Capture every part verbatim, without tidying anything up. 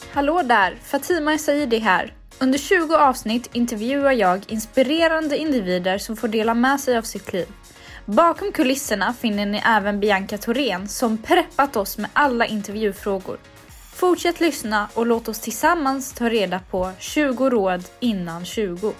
Hallå där, Fatima Saidi här. Under tjugo avsnitt intervjuar jag inspirerande individer som får dela med sig av sitt liv. Bakom kulisserna finner ni även Bianca Thorén som preppat oss med alla intervjufrågor. Fortsätt lyssna och låt oss tillsammans ta reda på tjugo råd innan tjugo.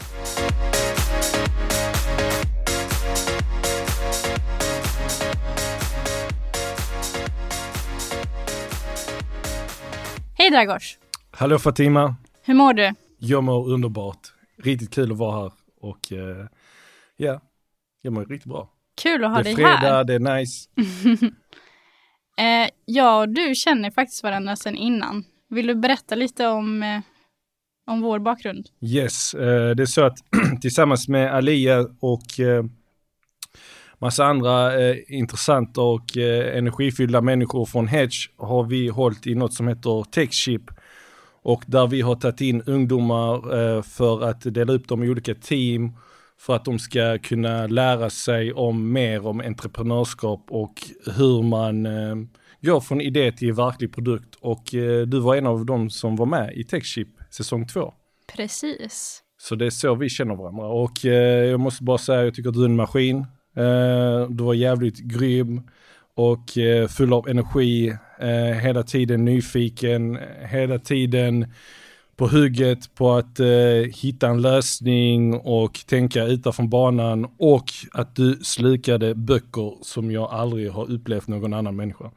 Hej Dragos! Hallå Fatima! Hur mår du? Jag mår underbart. Riktigt kul att vara här. Och uh, ja, jag mår riktigt bra. Kul att ha dig här. Det är fredag, det är nice. eh, ja, du känner faktiskt varandra sedan innan. Vill du berätta lite om, eh, om vår bakgrund? Yes, eh, det är så att tillsammans med Alia och eh, massa andra eh, intressanta och eh, energifyllda människor från Hedge har vi hållit i något som heter Techship. Och där vi har tagit in ungdomar eh, för att dela upp dem i olika team för att de ska kunna lära sig om mer om entreprenörskap och hur man eh, går från idé till verklig produkt. Och eh, du var en av dem som var med i Techship säsong två. Precis. Så det är så vi känner varandra. Och eh, jag måste bara säga, jag tycker att du är en maskin. Eh, du var jävligt grym och eh, full av energi. Eh, hela tiden nyfiken. Hela tiden på hugget på att eh, hitta en lösning och tänka utanför banan. Och att du slukade böcker som jag aldrig har upplevt någon annan människa.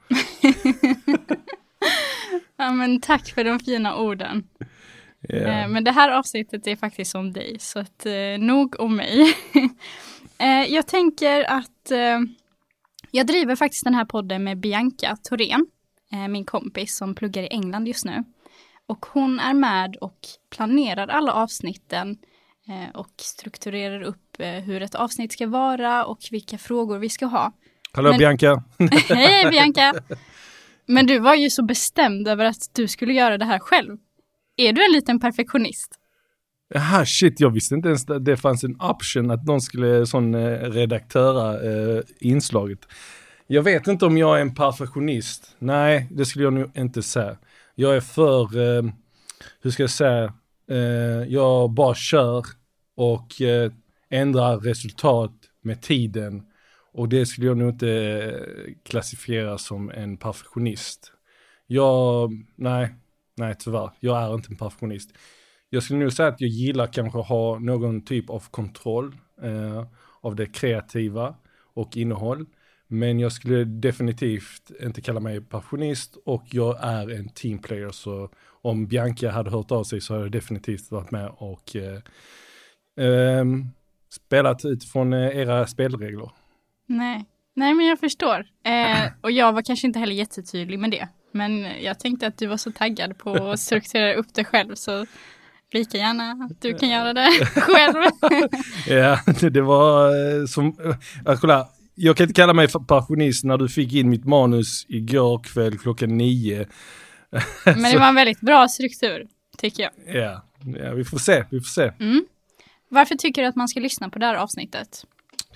Ja, men tack för de fina orden. Yeah. Eh, men det här avsnittet är faktiskt om dig, så att eh, nog om mig. eh, jag tänker att eh, jag driver faktiskt den här podden med Bianca Thorén, eh, min kompis som pluggar i England just nu. Och hon är med och planerar alla avsnitten eh, och strukturerar upp eh, hur ett avsnitt ska vara och vilka frågor vi ska ha. Hallå Men... Bianca! Hej Bianca! Men du var ju så bestämd över att du skulle göra det här själv. Är du en liten perfektionist? Jaha, shit, jag visste inte ens att det fanns en option att någon skulle sån eh, redaktöra eh, inslaget. Jag vet inte om jag är en perfektionist. Nej, det skulle jag nog inte säga. Jag är för, eh, hur ska jag säga, eh, jag bara kör och eh, ändrar resultat med tiden. Och det skulle jag nog inte eh, klassifiera som en perfektionist. Jag, nej, nej tyvärr, jag är inte en perfektionist. Jag skulle nog säga att jag gillar kanske att ha någon typ av kontroll eh, av det kreativa och innehåll. Men jag skulle definitivt inte kalla mig perfektionist och jag är en teamplayer. Så om Bianca hade hört av sig så hade jag definitivt varit med och eh, eh, spelat utifrån era spelregler. Nej, Nej men jag förstår. Eh, och jag var kanske inte heller jättetydlig med det. Men jag tänkte att du var så taggad på att strukturera upp det själv så lika gärna att du kan göra det själv. Ja, det var som... Jag, kolla, jag kan inte kalla mig passionist när du fick in mitt manus igår kväll klockan nio. Men det var en väldigt bra struktur, tycker jag. Ja, ja vi får se, vi får se. Mm. Varför tycker du att man ska lyssna på det här avsnittet?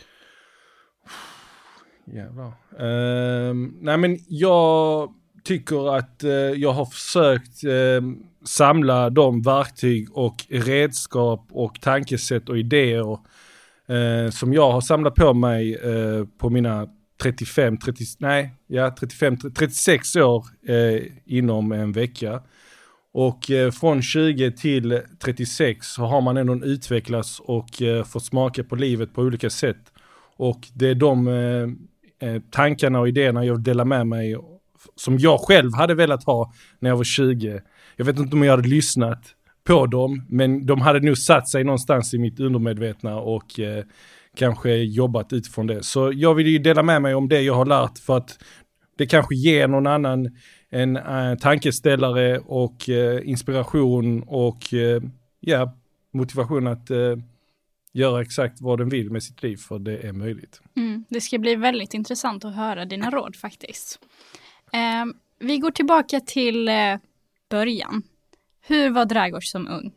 Jävlar. Uh, nej men jag tycker att uh, jag har försökt uh, samla de verktyg och redskap och tankesätt och idéer uh, som jag har samlat på mig uh, på mina trettiofem, trettio, nej, ja, trettiofem, trettiosex år uh, inom en vecka. Och uh, från tjugo till trettiosex så har man ändå utvecklats och uh, fått smaka på livet på olika sätt. Och det är de uh, tankarna och idéerna jag delar med mig som jag själv hade velat ha när jag var tjugo. Jag vet inte om jag hade lyssnat på dem, men de hade nog satt sig någonstans i mitt undermedvetna och eh, kanske jobbat utifrån det. Så jag vill ju dela med mig om det jag har lärt för att det kanske ger någon annan en äh, tankeställare och äh, inspiration och äh, ja, motivation att äh, göra exakt vad den vill med sitt liv, för det är möjligt. Mm, det ska bli väldigt intressant att höra dina råd faktiskt. Eh, vi går tillbaka till eh, början. Hur var Dragos som ung?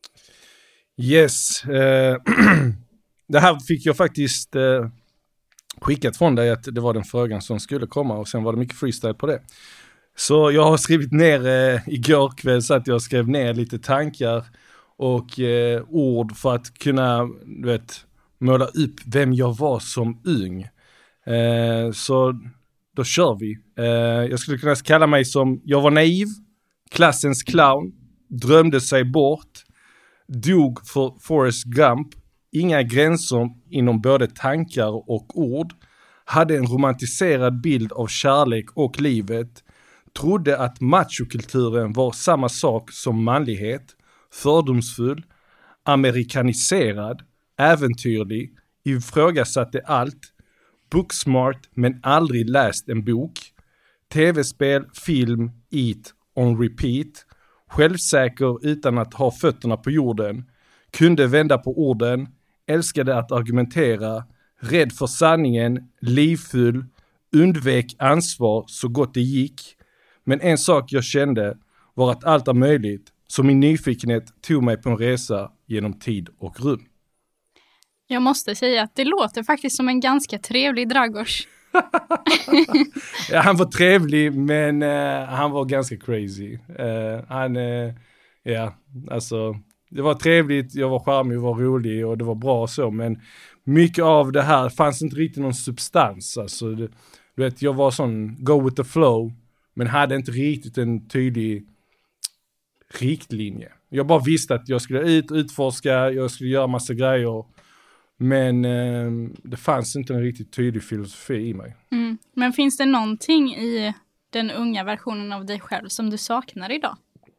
Yes. Eh, det här fick jag faktiskt eh, skickat från dig att det var den frågan som skulle komma och sen var det mycket freestyle på det. Så jag har skrivit ner, eh, igår kväll så att jag skrev ner lite tankar och eh, ord för att kunna, du vet, måla upp vem jag var som ung. Eh, så då kör vi. Eh, jag skulle kunna kalla mig som, jag var naiv, klassens clown, drömde sig bort, dog för Forrest Gump, inga gränser inom både tankar och ord, hade en romantiserad bild av kärlek och livet, trodde att machokulturen var samma sak som manlighet, fördomsfull, amerikaniserad, äventyrlig, ifrågasatte allt, booksmart men aldrig läst en bok, tv-spel, film, eat, on repeat, självsäker utan att ha fötterna på jorden, kunde vända på orden, älskade att argumentera, rädd för sanningen, livfull, undvek ansvar så gott det gick. Men en sak jag kände var att allt är möjligt, så min nyfikenhet tog mig på en resa genom tid och rum. Jag måste säga att det låter faktiskt som en ganska trevlig Dragos. Ja, han var trevlig, men uh, han var ganska crazy. Uh, han, uh, ja, alltså, det var trevligt, jag var charmig, jag var rolig och det var bra och så, men mycket av det här fanns inte riktigt någon substans. Alltså, det, du vet, jag var sån go with the flow, men hade inte riktigt en tydlig riktlinje. Jag bara visste att jag skulle ut, utforska, jag skulle göra massa grejer. Men eh, det fanns inte en riktigt tydlig filosofi i mig. Mm. Men finns det någonting i den unga versionen av dig själv som du saknar idag?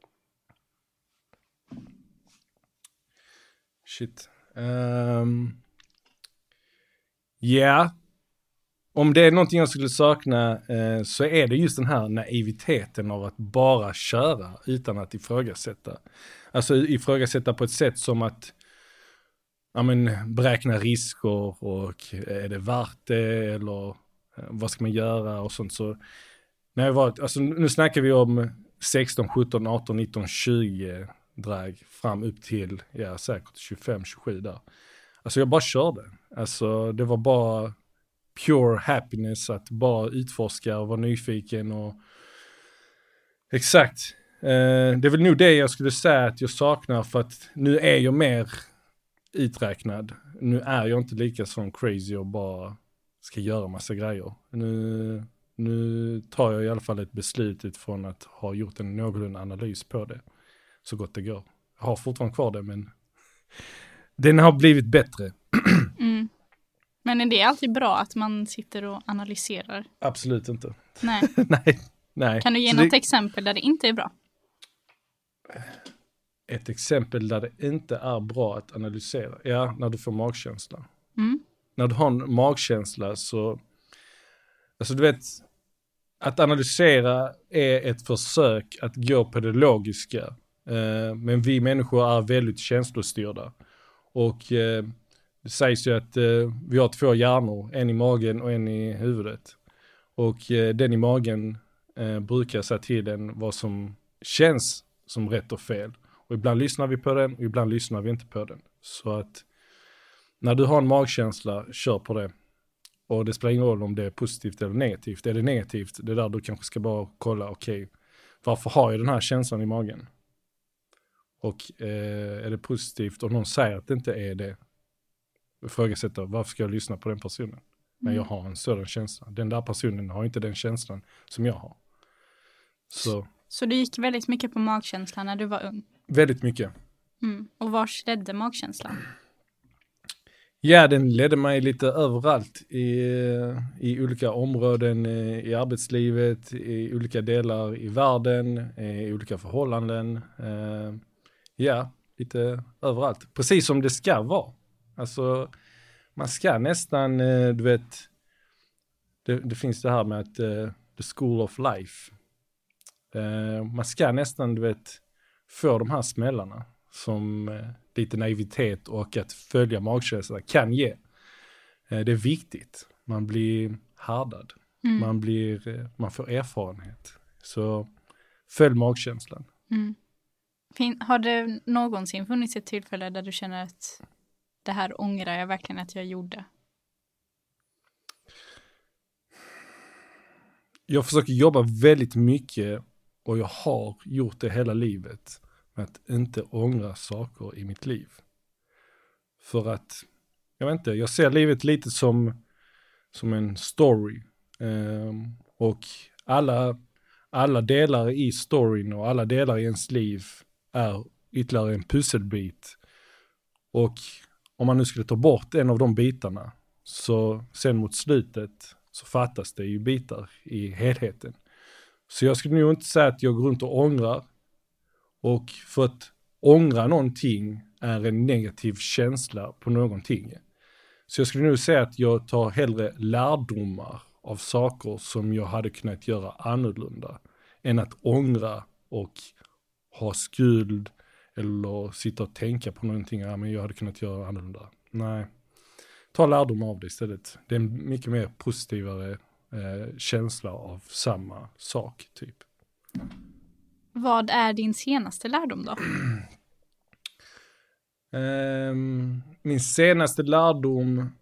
Shit. Um, yeah. Om det är någonting jag skulle sakna eh, så är det just den här naiviteten av att bara köra utan att ifrågasätta. Alltså ifrågasätta på ett sätt som att ja, men, beräkna risker och är det värt det eller vad ska man göra och sånt. Så när jag var, alltså, nu snackar vi om sexton, sjutton, arton, nitton, tjugo drag fram upp till ja, säkert tjugofem, tjugosju där. Alltså jag bara körde. Alltså det var bara pure happiness att bara utforska och vara nyfiken och exakt. Eh, det är väl nog det jag skulle säga att jag saknar, för att nu är jag mer uträknad. Nu är jag inte lika sån crazy och bara ska göra massa grejer. Nu, nu tar jag i alla fall ett beslut utifrån att ha gjort en någorlunda analys på det så gott det går. Jag har fortfarande kvar det, men den har blivit bättre. Mm. Men är det alltid bra att man sitter och analyserar? Absolut inte. Nej. nej, nej. Kan du ge Så något det... exempel där det inte är bra? Ett exempel där det inte är bra att analysera. Ja, när du får magkänsla. Mm. När du har en magkänsla så... Alltså du vet, att analysera är ett försök att gå på det logiska. Eh, men vi människor är väldigt känslostyrda. Och eh, det sägs ju att eh, vi har två hjärnor. En i magen och en i huvudet. Och eh, den i magen eh, brukar säga till en vad som känns som rätt och fel. Och ibland lyssnar vi på den och ibland lyssnar vi inte på den. Så att när du har en magkänsla, kör på det. Och det spelar ingen roll om det är positivt eller negativt. Är det negativt, det är där du kanske ska bara kolla, okej, okay, varför har jag den här känslan i magen? Och eh, är det positivt och någon säger att det inte är det, ifrågasätter, varför ska jag lyssna på den personen? Men jag har en sådan känsla. Den där personen har inte den känslan som jag har. Så, Så du gick väldigt mycket på magkänslan när du var ung? Väldigt mycket. Mm. Och vars ledde magkänslan? Ja, den ledde mig lite överallt i, i olika områden i arbetslivet, i olika delar i världen, i olika förhållanden. Ja, lite överallt. Precis som det ska vara. Alltså, man ska nästan, du vet, det, det finns det här med att the school of life. Man ska nästan, du vet, få de här smällarna som lite naivitet och att följa magkänslan kan ge. Det är viktigt. Man blir härdad. Mm. Man, blir, man får erfarenhet. Så följ magkänslan. Mm. Fin- har det någonsin funnits ett tillfälle där du känner att det här ångrar jag verkligen att jag gjorde? jag försöker jobba väldigt mycket och jag har gjort det hela livet med att inte ångra saker i mitt liv. För att, jag vet inte, jag ser livet lite som, som en story. Um, och alla, alla delar i storyn och alla delar i ens liv är ytterligare en pusselbit. Och om man nu skulle ta bort en av de bitarna, så sen mot slutet så fattas det ju bitar i helheten. Så jag skulle nog inte säga att jag går runt och ångrar. Och för att ångra någonting är en negativ känsla på någonting. Så jag skulle nog säga att jag tar hellre lärdomar av saker som jag hade kunnat göra annorlunda än att ångra och ha skuld eller sitta och tänka på någonting. Ja, men jag hade kunnat göra annorlunda. Nej, ta lärdom av det istället. Det är en mycket mer positivare eh, känsla av samma sak typ. Vad är din senaste lärdom då? um, min senaste lärdom...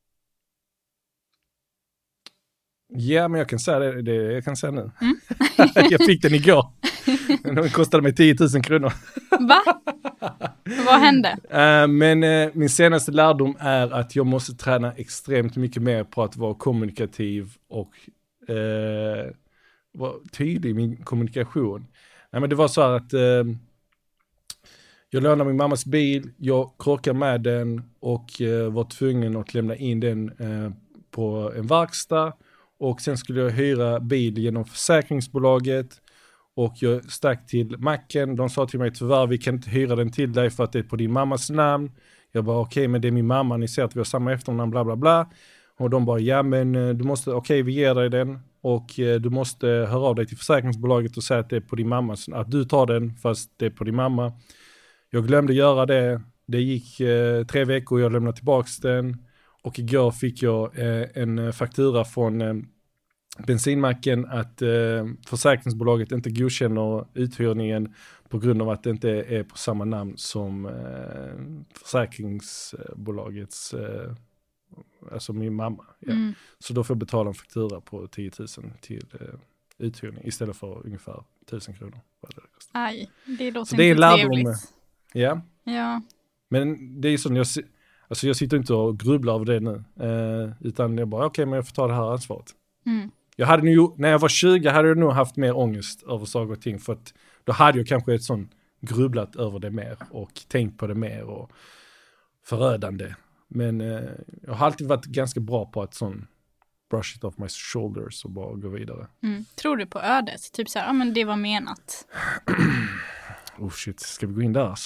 Ja, men jag kan säga det, det jag kan säga nu. Mm. Jag fick den igår. Den kostade mig tio tusen kronor. Va? Vad hände? Uh, men uh, min senaste lärdom är att jag måste träna extremt mycket mer på att vara kommunikativ och uh, vara tydlig i min kommunikation. Nej, men det var så här att uh, jag lånade min mammas bil, jag krockade med den och uh, var tvungen att lämna in den uh, på en verkstad. Och sen skulle jag hyra bil genom försäkringsbolaget. Och jag stack till macken. De sa till mig, tyvärr vi kan inte hyra den till dig för att det är på din mammas namn. Jag bara okej, okay, men det är min mamma. Ni ser att vi har samma efternamn, bla bla bla. Och de bara, ja men du måste, okej okay, vi ger dig den. Och du måste höra av dig till försäkringsbolaget och säga att det är på din mamma. Att du tar den fast det är på din mamma. Jag glömde göra det. Det gick eh, tre veckor och jag lämnade tillbaka den. Och igår fick jag eh, en faktura från eh, bensinmacken att eh, försäkringsbolaget inte godkänner uthyrningen på grund av att det inte är på samma namn som eh, försäkringsbolagets, eh, alltså min mamma. Ja. Mm. Så då får jag betala en faktura på tio tusen till eh, uthyrning istället för ungefär tusen kronor. Aj, det låter så det är inte trevligt. Om, ja. Ja. Men det är så jag Alltså jag sitter inte och grubblar över det nu. Eh, utan jag bara, okej okay, men jag får ta det här ansvaret. Mm. Jag hade nu, när jag var tjugo hade jag nog haft mer ångest över saker och ting. För att då hade jag kanske ett sån grubblat över det mer. Och tänkt på det mer och förödande. Men eh, jag har alltid varit ganska bra på att sån brush it off my shoulders och bara gå vidare. Mm. Tror du på ödet? Typ så här, ja men det var menat. Oh shit, ska vi gå in där alltså?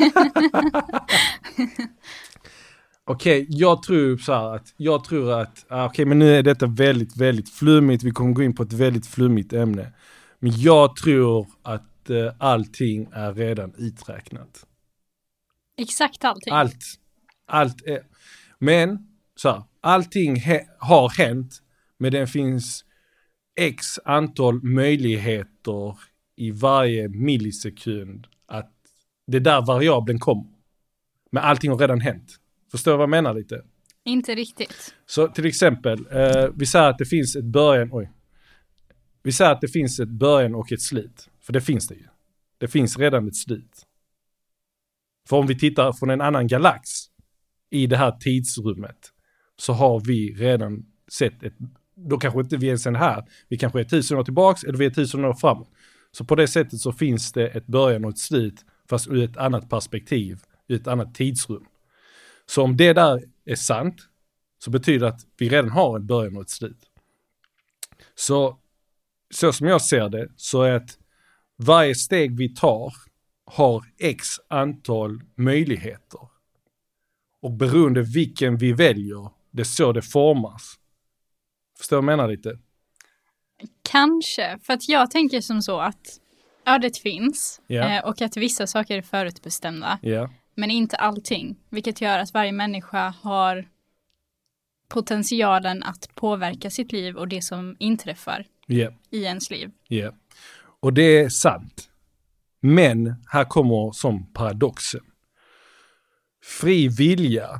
Okej, okay, jag tror så här att jag tror att okej, okay, men nu är detta väldigt väldigt flummigt. Vi kommer gå in på ett väldigt flummigt ämne. Men jag tror att uh, allting är redan uträknat. Exakt allting. Allt allt är men så här, allting he- har hänt, men det finns x antal möjligheter i varje millisekund att det där variabeln kommer. Men allting har redan hänt. Förstår du vad jag menar lite? Inte riktigt. Så till exempel, eh, vi säger att det finns ett början, oj. Vi säger att det finns ett början och ett slut. För det finns det ju. Det finns redan ett slut. För om vi tittar från en annan galax i det här tidsrummet så har vi redan sett ett, då kanske inte vi ens är här. Vi kanske är tusen år tillbaks eller vi är tusen år framåt. Så på det sättet så finns det ett början och ett slut fast ur ett annat perspektiv, ur ett annat tidsrum. Så om det där är sant så betyder det att vi redan har ett början och ett slut. Så, så som jag ser det så är att varje steg vi tar har x antal möjligheter. Och beroende vilken vi väljer, det är så det formas. Förstår du vad jag menar lite? Kanske, för att jag tänker som så att ödet finns yeah. eh, och att vissa saker är förutbestämda. Yeah. Men inte allting, vilket gör att varje människa har potentialen att påverka sitt liv och det som inträffar yeah. i ens liv. Yeah. Och det är sant. Men här kommer som paradoxen. Fri vilja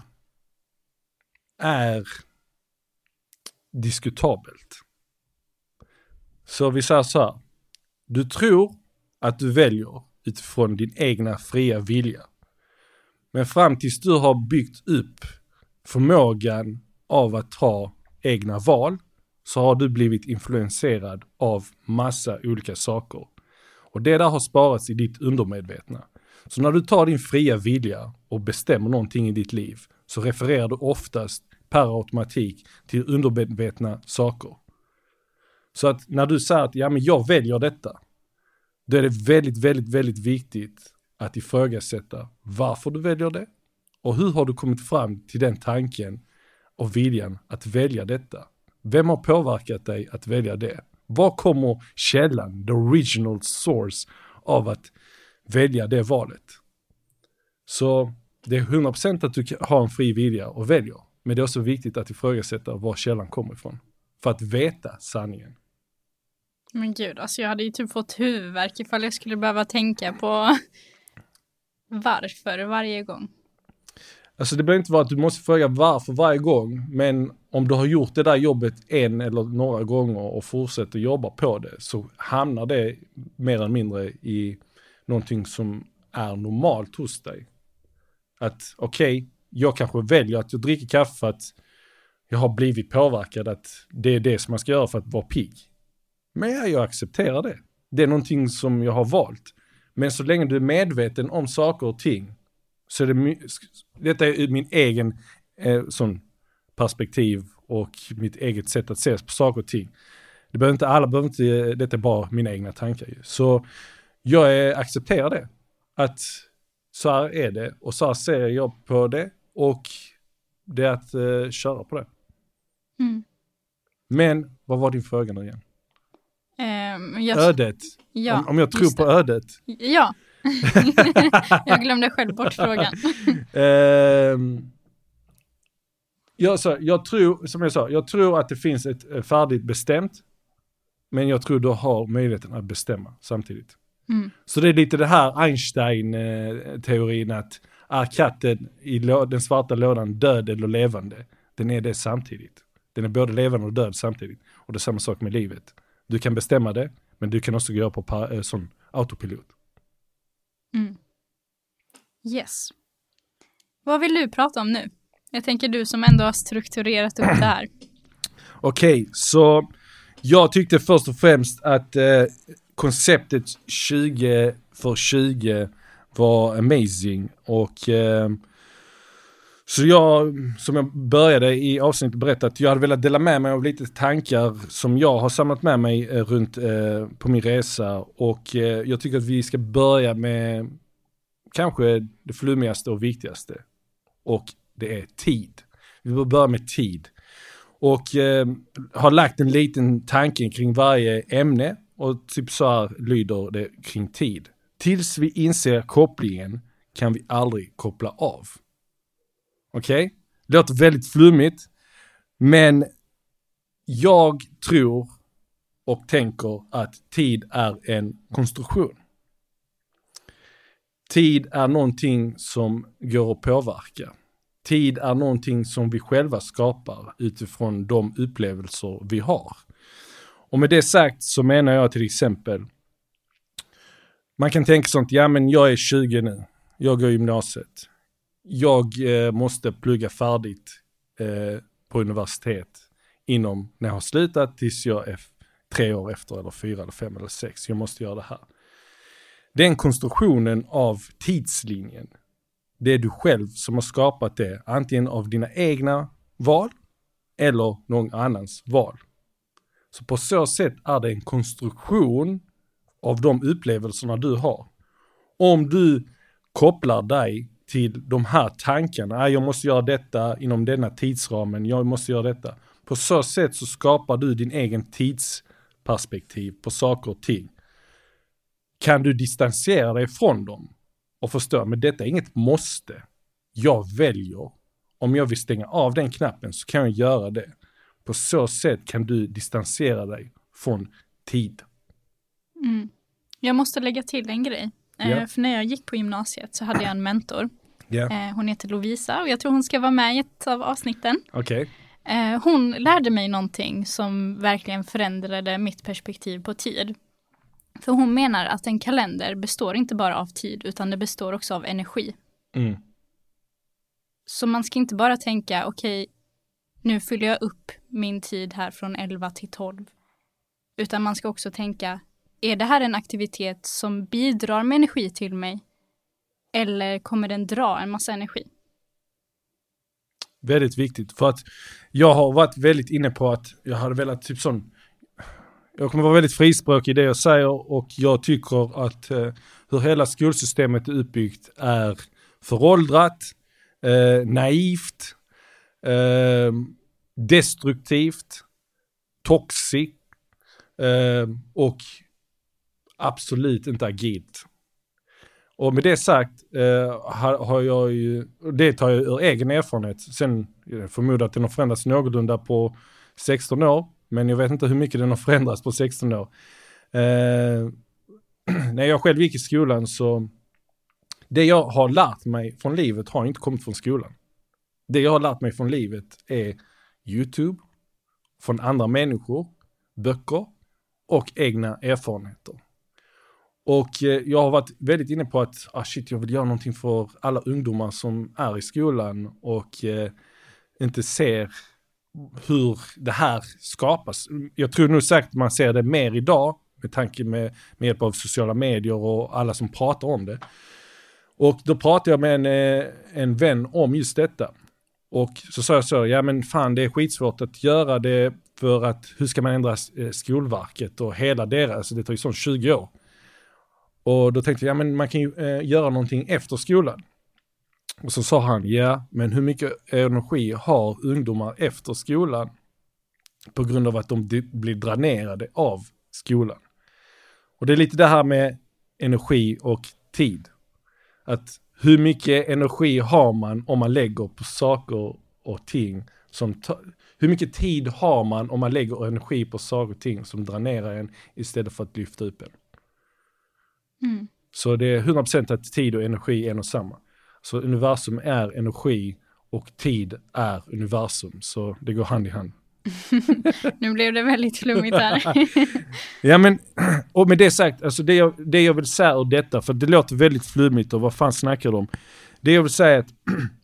är diskutabelt. Så vi säger så här. Du tror att du väljer utifrån din egna fria vilja. Men fram tills du har byggt upp förmågan av att ta egna val så har du blivit influenserad av massa olika saker. Och det där har sparats i ditt undermedvetna. Så när du tar din fria vilja och bestämmer någonting i ditt liv så refererar du oftast per automatik till undermedvetna saker. Så att när du säger att ja, men jag väljer detta, då är det väldigt, väldigt, väldigt viktigt att ifrågasätta varför du väljer det och hur har du kommit fram till den tanken och viljan att välja detta. Vem har påverkat dig att välja det? Var kommer källan, the original source av att välja det valet? Så det är hundra procent att du har en fri vilja och väljer. Men det är också viktigt att ifrågasätta var källan kommer ifrån. För att veta sanningen. Men gud, alltså jag hade ju typ fått huvudvärk ifall jag skulle behöva tänka på varför varje gång. Alltså det behöver inte vara att du måste fråga varför varje gång. Men om du har gjort det där jobbet en eller några gånger och fortsätter jobba på det så hamnar det mer eller mindre i någonting som är normalt hos dig. Att okej, okay, jag kanske väljer att jag dricker kaffe för att jag har blivit påverkad att det är det som man ska göra för att vara pigg. Men jag, jag accepterar det. Det är någonting som jag har valt. Men så länge du är medveten om saker och ting så är det, detta är min egen eh, sån perspektiv och mitt eget sätt att se på saker och ting. Det behöver inte, alla behöver inte, detta är bara mina egna tankar. Så jag är, accepterar det. Att så här är det och så här ser jag på det och det är att eh, köra på det. Mm. Men vad var din fråga nu igen? Um, jag... Ödet. Ja, om, om jag tror på ödet. Ja. Jag glömde själv bort frågan. um, jag, så, jag tror, som jag sa, jag tror att det finns ett färdigt bestämt. Men jag tror du har möjligheten att bestämma samtidigt. Mm. Så det är lite det här Einstein-teorin att är katten i lå- den svarta lådan död eller levande? Den är det samtidigt. Den är både levande och död samtidigt. Och det är samma sak med livet. Du kan bestämma det, men du kan också gå på par- sån autopilot. Mm. Yes. Vad vill du prata om nu? Jag tänker du som ändå har strukturerat upp det här. Okej, okay, så jag tyckte först och främst att eh, konceptet tjugo för tjugo var amazing. Och eh, så jag, som jag började i avsnittet berätta att jag hade velat dela med mig av lite tankar som jag har samlat med mig eh, runt eh, på min resa. Och eh, jag tycker att vi ska börja med kanske det flummigaste och viktigaste. Och det är tid. Vi bör börja med tid. Och eh, har lagt en liten tanke kring varje ämne. Och typ så här lyder det kring tid. Tills vi inser kopplingen kan vi aldrig koppla av. Okej? Okay? Det låter väldigt flummigt. Men jag tror och tänker att tid är en konstruktion. Tid är någonting som går att påverka. Tid är någonting som vi själva skapar utifrån de upplevelser vi har. Och med det sagt så menar jag till exempel, man kan tänka sånt, ja men jag är tjugo nu, jag går i gymnasiet. Jag eh, måste plugga färdigt eh, på universitet inom när jag har slutat tills jag är tre år efter eller fyra eller fem eller sex. Jag måste göra det här. Den konstruktionen av tidslinjen, det är du själv som har skapat det, antingen av dina egna val eller någon annans val. Så på så sätt är det en konstruktion av de upplevelserna du har. Om du kopplar dig till de här tankarna, jag måste göra detta inom denna tidsramen, jag måste göra detta. På så sätt så skapar du din egen tidsperspektiv på saker och ting. Kan du distansera dig från dem och förstå, men detta är inget måste. Jag väljer. Om jag vill stänga av den knappen så kan jag göra det. På så sätt kan du distansera dig från tid. Mm. Jag måste lägga till en grej. Yeah. Eh, för när jag gick på gymnasiet så hade jag en mentor. Yeah. Eh, hon heter Lovisa och jag tror hon ska vara med i ett av avsnitten. Okej. Eh, hon lärde mig någonting som verkligen förändrade mitt perspektiv på tid. För hon menar att en kalender består inte bara av tid utan det består också av energi. Mm. Så man ska inte bara tänka, okej, okay, nu fyller jag upp min tid här från elva till tolv. Utan man ska också tänka, är det här en aktivitet som bidrar med energi till mig? Eller kommer den dra en massa energi? Väldigt viktigt, för att jag har varit väldigt inne på att jag hade velat typ sån, jag kommer vara väldigt frispråkig i det jag säger, och jag tycker att eh, hur hela skolsystemet är uppbyggt är föråldrat, eh, naivt, eh, destruktivt, toxic eh, och absolut inte agilt. Och med det sagt eh, har, har jag ju, det tar jag ur egen erfarenhet. Sen jag förmodar att den har förändrats någorlunda på sexton år. Men jag vet inte hur mycket den har förändrats på sexton år. Eh, när jag själv gick i skolan så det jag har lärt mig från livet har inte kommit från skolan. Det jag har lärt mig från livet är YouTube, från andra människor, böcker och egna erfarenheter. Och eh, jag har varit väldigt inne på att ah shit, jag vill göra någonting för alla ungdomar som är i skolan och eh, inte ser hur det här skapas. Jag tror nog säkert man ser det mer idag med tanke med, med hjälp av sociala medier och alla som pratar om det. Och då pratade jag med en, en vän om just detta. Och så sa jag så, ja men fan det är skitsvårt att göra det, för att hur ska man ändra Skolverket och hela deras, alltså det tar ju sån tjugo år. Och då tänkte jag, ja men man kan ju eh, göra någonting efter skolan. Och så sa han, ja men hur mycket energi har ungdomar efter skolan på grund av att de d- blir dränerade av skolan. Och det är lite det här med energi och tid. Att hur mycket energi har man om man lägger på saker och ting som ta- hur mycket tid har man om man lägger energi på saker och ting som dränerar en istället för att lyfta upp en. Mm. Så det är hundra procent att tid och energi är en och samma. Så universum är energi och tid är universum. Så det går hand i hand. Nu blev det väldigt flummigt här. Ja men, och med det sagt, alltså det jag, det jag vill säga ur detta, för det låter väldigt flummigt och vad fan snackar de om? Det jag vill säga är att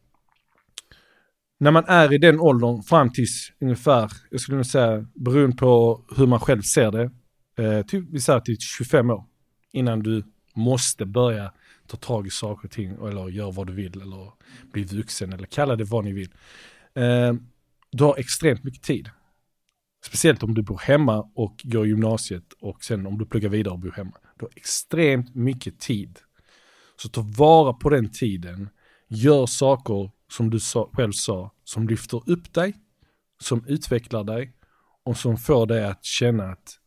när man är i den åldern fram tills ungefär, jag skulle nog säga, beroende på hur man själv ser det, eh, typ, vi säger till tjugofem år, innan du måste börja ta tag i saker och ting eller göra vad du vill eller bli vuxen eller kalla det vad ni vill. Eh, du har extremt mycket tid. Speciellt om du bor hemma och går gymnasiet och sen om du pluggar vidare och bor hemma. Du har extremt mycket tid. Så ta vara på den tiden. Gör saker som du sa, själv sa, som lyfter upp dig, som utvecklar dig och som får dig att känna att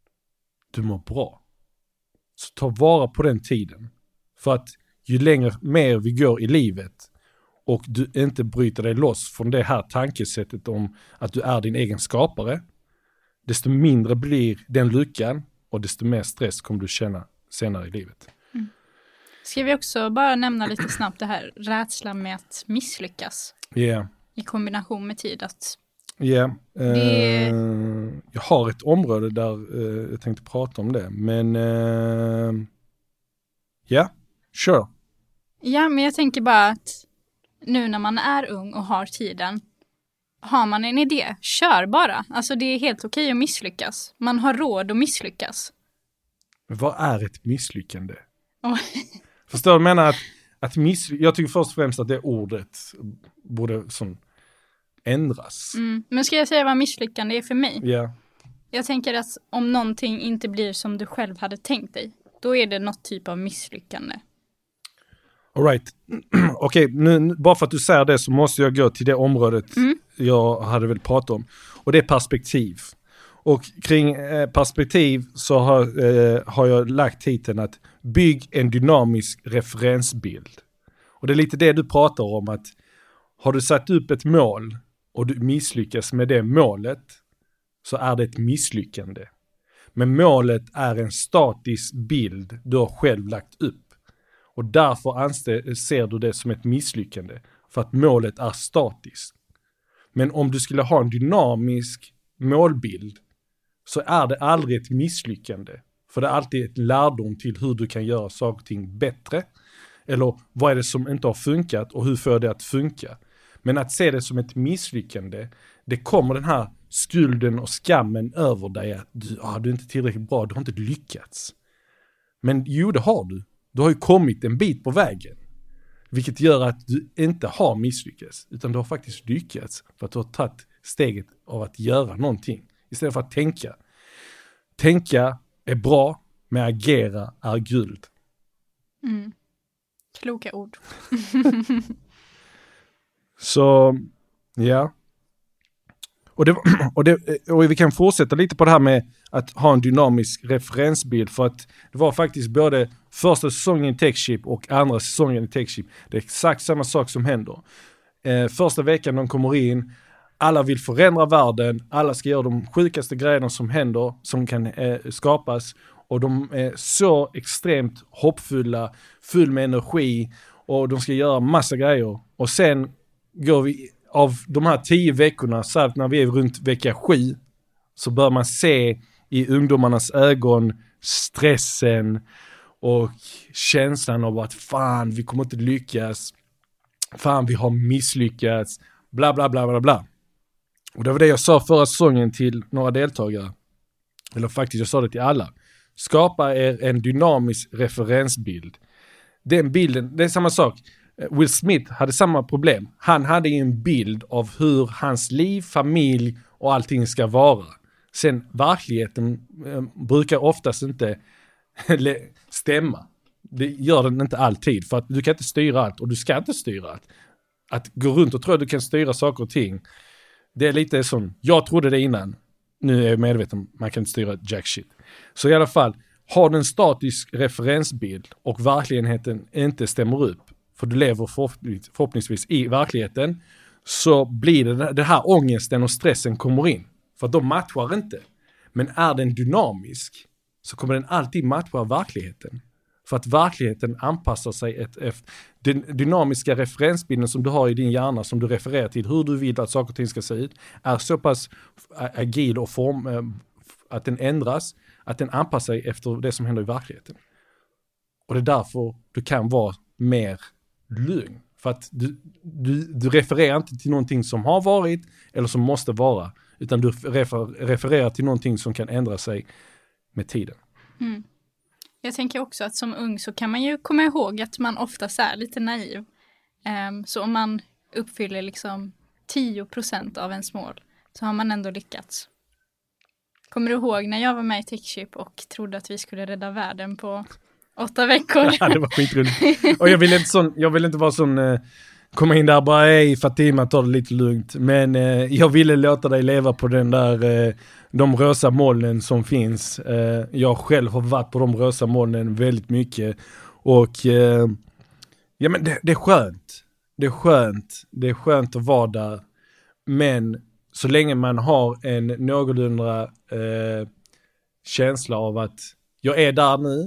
du mår bra. Så ta vara på den tiden. För att ju längre mer vi går i livet och du inte bryter dig loss från det här tankesättet om att du är din egen skapare, desto mindre blir den lyckan och desto mer stress kommer du känna senare i livet. Mm. Ska vi också bara nämna lite snabbt det här rädslan med att misslyckas yeah. i kombination med tid. Att yeah. det... uh, jag har ett område där uh, jag tänkte prata om det, men ja, uh, yeah. Sure. Ja, men jag tänker bara att nu när man är ung och har tiden, har man en idé, kör bara. Alltså det är helt okej att misslyckas. Man har råd att misslyckas. Men vad är ett misslyckande? Oh. Förstår du? Jag menar att, att miss, jag tycker först och främst att det ordet borde som ändras. Mm. Men ska jag säga vad misslyckande är för mig? Ja. Yeah. Jag tänker att om någonting inte blir som du själv hade tänkt dig, då är det något typ av misslyckande. All right. Okej, okay, nu bara för att du säger det så måste jag gå till det området mm. jag hade väl pratat om. Och det är perspektiv. Och kring eh, perspektiv så har, eh, har jag lagt titeln att bygg en dynamisk referensbild. Och det är lite det du pratar om, att har du satt upp ett mål och du misslyckas med det målet så är det ett misslyckande. Men målet är en statisk bild du har själv lagt upp. Och därför anser, ser du det som ett misslyckande. För att målet är statiskt. Men om du skulle ha en dynamisk målbild så är det aldrig ett misslyckande. För det är alltid ett lärdom till hur du kan göra saker och ting bättre. Eller vad är det som inte har funkat och hur får det att funka. Men att se det som ett misslyckande, det kommer den här skulden och skammen över dig. Att du, ah, du är inte tillräckligt bra, du har inte lyckats. Men jo, det har du. Du har ju kommit en bit på vägen. Vilket gör att du inte har misslyckats. Utan du har faktiskt lyckats för att du har tagit steget av att göra någonting. Istället för att tänka. Tänka är bra, men agera är guld. Mm. Kloka ord. Så, ja. Och, det, och, det, och vi kan fortsätta lite på det här med att ha en dynamisk referensbild. För att det var faktiskt både första säsongen i Techship och andra säsongen i Techship. Det är exakt samma sak som händer. Eh, första veckan de kommer in, alla vill förändra världen, alla ska göra de sjukaste grejerna som händer, som kan eh, skapas. Och de är så extremt hoppfulla, full med energi och de ska göra massa grejer. Och sen går vi av de här tio veckorna, så att när vi är runt vecka sju, så bör man se i ungdomarnas ögon stressen och känslan av att fan, vi kommer inte lyckas. Fan, vi har misslyckats. Bla bla bla bla bla. Och det var det jag sa förra säsongen till några deltagare. Eller faktiskt, jag sa det till alla. Skapa er en dynamisk referensbild. Den bilden, det är samma sak. Will Smith hade samma problem. Han hade en bild av hur hans liv, familj och allting ska vara. Sen verkligheten eh, brukar oftast inte stämma. Det gör den inte alltid. För att du kan inte styra allt och du ska inte styra allt. Att gå runt och tro att du kan styra saker och ting. Det är lite sån, jag trodde det innan. Nu är jag medveten, man kan inte styra jack shit. Så i alla fall, har du en statisk referensbild och verkligheten inte stämmer upp, för du lever förhoppningsvis i verkligheten, så blir det det här ångesten och stressen kommer in. För att de matchar inte. Men är den dynamisk så kommer den alltid matcha verkligheten. För att verkligheten anpassar sig ett, efter den dynamiska referensbilden som du har i din hjärna, som du refererar till, hur du vill att saker och ting ska se ut, är så pass agil och form att den ändras, att den anpassar sig efter det som händer i verkligheten. Och det är därför du kan vara mer lugn. För att du, du, du refererar inte till någonting som har varit eller som måste vara, utan du refer, refererar till någonting som kan ändra sig med tiden. Mm. Jag tänker också att som ung så kan man ju komma ihåg att man oftast är lite naiv. Um, så om man uppfyller liksom tio procent av ens mål så har man ändå lyckats. Kommer du ihåg när jag var med i Techship och trodde att vi skulle rädda världen på åtta veckor? Ja, det var skitroligt. Och jag vill inte, sån, jag vill inte vara sån, eh, komma in där och bara, hej Fatima, ta det lite lugnt. Men eh, jag ville låta dig leva på den där, eh, de rosa molnen som finns. Eh, jag själv har varit på de rosa molnen väldigt mycket. Och eh, ja, men det, det är skönt. Det är skönt. Det är skönt att vara där. Men så länge man har en någorlunda eh, känsla av att jag är där nu,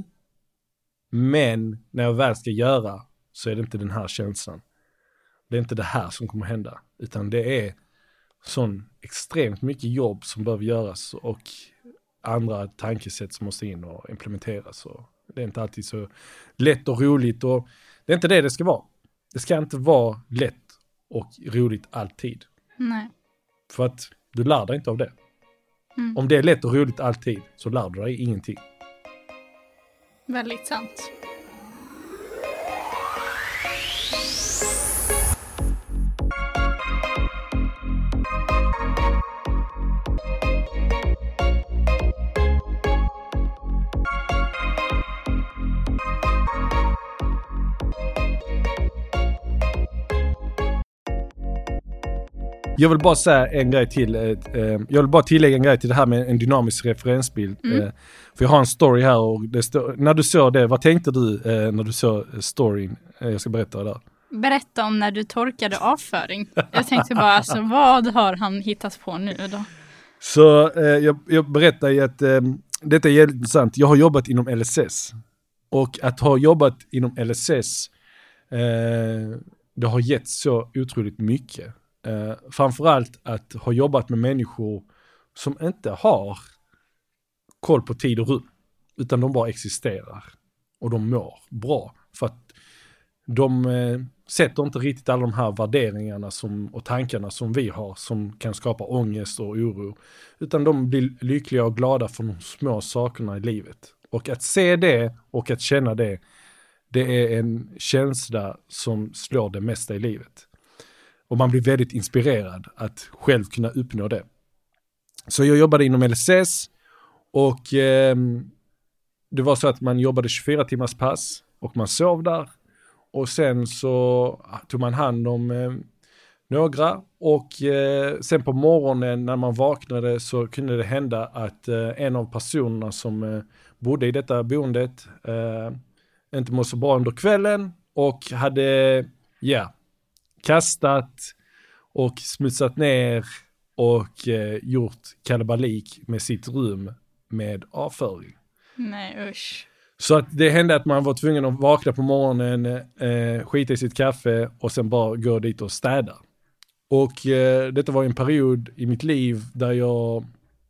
men när jag väl ska göra så är det inte den här känslan. Det är inte det här som kommer hända, utan det är sån extremt mycket jobb som behöver göras och andra tankesätt som måste in och implementeras. Och det är inte alltid så lätt och roligt, och det är inte det det ska vara. Det ska inte vara lätt och roligt alltid. Nej. För att du lär dig inte av det. Mm. Om det är lätt och roligt alltid så lär du dig ingenting. Väldigt sant. Jag vill bara säga en grej till. Eh, jag vill bara tillägga en grej till det här med en dynamisk referensbild. Mm. Eh, för jag har en story här och det stå, när du såg det, vad tänkte du eh, när du såg storyn? Eh, jag ska berätta det där. Berätta om när du torkade avföring. Jag tänkte bara, alltså, vad har han hittat på nu då? Så eh, jag, jag berättar ju att eh, detta är jävligt intressant. Jag har jobbat inom L S S. Och att ha jobbat inom L S S, eh, det har gett så otroligt mycket. Eh, framförallt att ha jobbat med människor som inte har koll på tid och rum, utan de bara existerar och de mår bra för att de eh, sätter inte riktigt alla de här värderingarna som, och tankarna som vi har som kan skapa ångest och oro, utan de blir lyckliga och glada för de små sakerna i livet. Och att se det och att känna det, det är en känsla som slår det mesta i livet. Och man blir väldigt inspirerad att själv kunna uppnå det. Så jag jobbade inom L S S och eh, det var så att man jobbade tjugofyra timmars pass och man sov där. Och sen så tog man hand om eh, några och eh, sen på morgonen när man vaknade så kunde det hända att eh, en av personerna som eh, bodde i detta boendet eh, inte mådde så bra under kvällen och hade ja, kastat och smutsat ner och eh, gjort kalabalik med sitt rum med avföring. Nej, usch. Så att det hände att man var tvungen att vakna på morgonen, eh, skita i sitt kaffe och sen bara gå dit och städa. Och eh, detta var en period i mitt liv där jag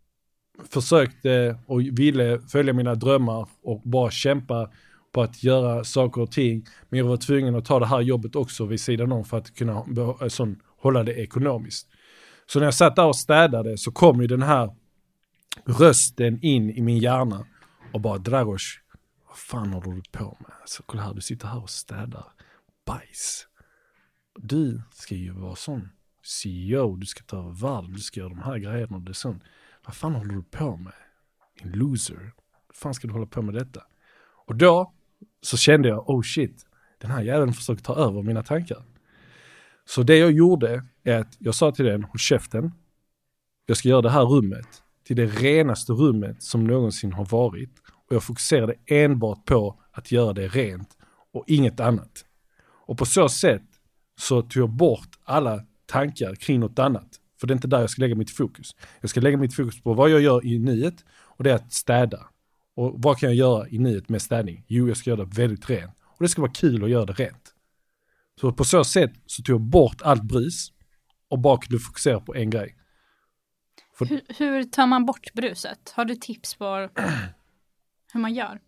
försökte och ville följa mina drömmar och bara kämpa på att göra saker och ting. Men jag var tvungen att ta det här jobbet också vid sidan om för att kunna alltså, hålla det ekonomiskt. Så när jag satt där och städade så kom ju den här rösten in i min hjärna och bara Dragos, vad fan håller du på med? Alltså, kolla här, du sitter här och städar bajs. Du ska ju vara sån C E O, du ska ta över världen, du ska göra de här grejerna och det är sånt. Vad fan håller du på med? En loser. Vad fan ska du hålla på med detta? Och då så kände jag, oh shit, den här jäveln försöker ta över mina tankar. Så det jag gjorde är att jag sa till den, håll käften, jag ska göra det här rummet till det renaste rummet som någonsin har varit. Och jag fokuserade enbart på att göra det rent och inget annat. Och på så sätt så tog jag bort alla tankar kring något annat. För det är inte där jag ska lägga mitt fokus. Jag ska lägga mitt fokus på vad jag gör i nuet och det är att städa. Och vad kan jag göra i nuet med städning? Jo, jag ska göra det väldigt rent. Och det ska vara kul att göra det rent. Så på så sätt så tog jag bort allt brus och bara kunde fokusera på en grej. För... Hur, hur tar man bort bruset? Har du tips på hur man gör?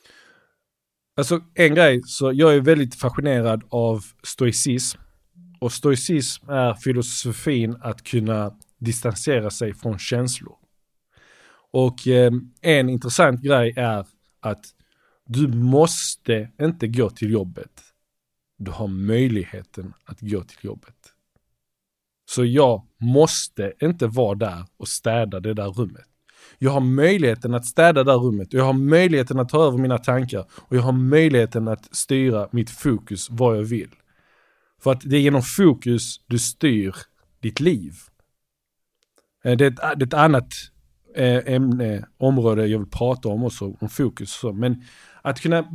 Alltså en grej, så jag är väldigt fascinerad av stoicism. Och stoicism är filosofin att kunna distansera sig från känslor. Och eh, en intressant grej är att du måste inte gå till jobbet. Du har möjligheten att gå till jobbet. Så jag måste inte vara där och städa det där rummet. Jag har möjligheten att städa det där rummet. Och jag har möjligheten att ta över mina tankar. Och jag har möjligheten att styra mitt fokus vad jag vill. För att det är genom fokus du styr ditt liv. Det är ett, det är ett annat ämne, område jag vill prata om också, om fokus. Men att kunna...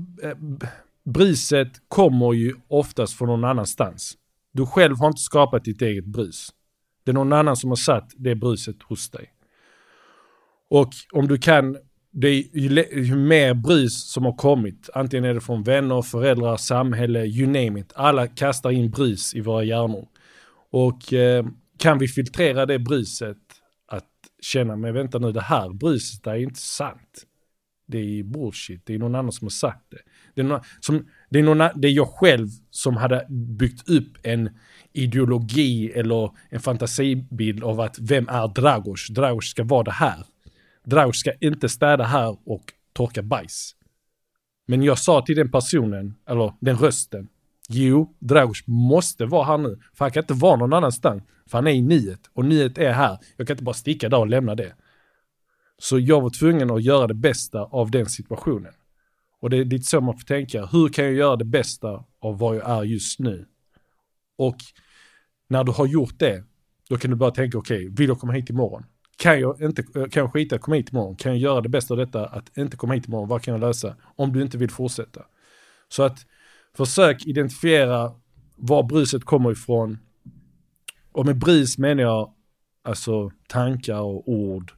Briset kommer ju oftast från någon annanstans. Du själv har inte skapat ditt eget brus. Det är någon annan som har satt det bruset hos dig. Och om du kan, det är ju, ju mer brus som har kommit, antingen är det från vänner, föräldrar, samhälle, you name it. Alla kastar in brus i våra hjärnor. Och eh, kan vi filtrera det bruset att känna, men vänta nu, det här bruset är inte sant. Det är bullshit, det är någon annan som har sagt det. Det är, någon, som, det, är någon, det är jag själv som hade byggt upp en ideologi eller en fantasibild av att vem är Dragos? Dragos ska vara det här. Dragos ska inte städa här och torka bajs. Men jag sa till den personen, eller den rösten, jo, Dragos måste vara här nu. För han kan inte vara någon annanstans. För han är i nyhet. Och nyhet är här. Jag kan inte bara sticka där och lämna det. Så jag var tvungen att göra det bästa av den situationen. Och det är lite så man får tänka. Hur kan jag göra det bästa av vad jag är just nu? Och när du har gjort det, då kan du bara tänka, okej, okay, vill jag komma hit imorgon? Kan jag, inte, kan jag skita att komma hit imorgon? Kan jag göra det bästa av detta att inte komma hit imorgon? Vad kan jag lösa? Om du inte vill fortsätta. Så att försök identifiera var bruset kommer ifrån. Och med brus menar jag alltså tankar och ord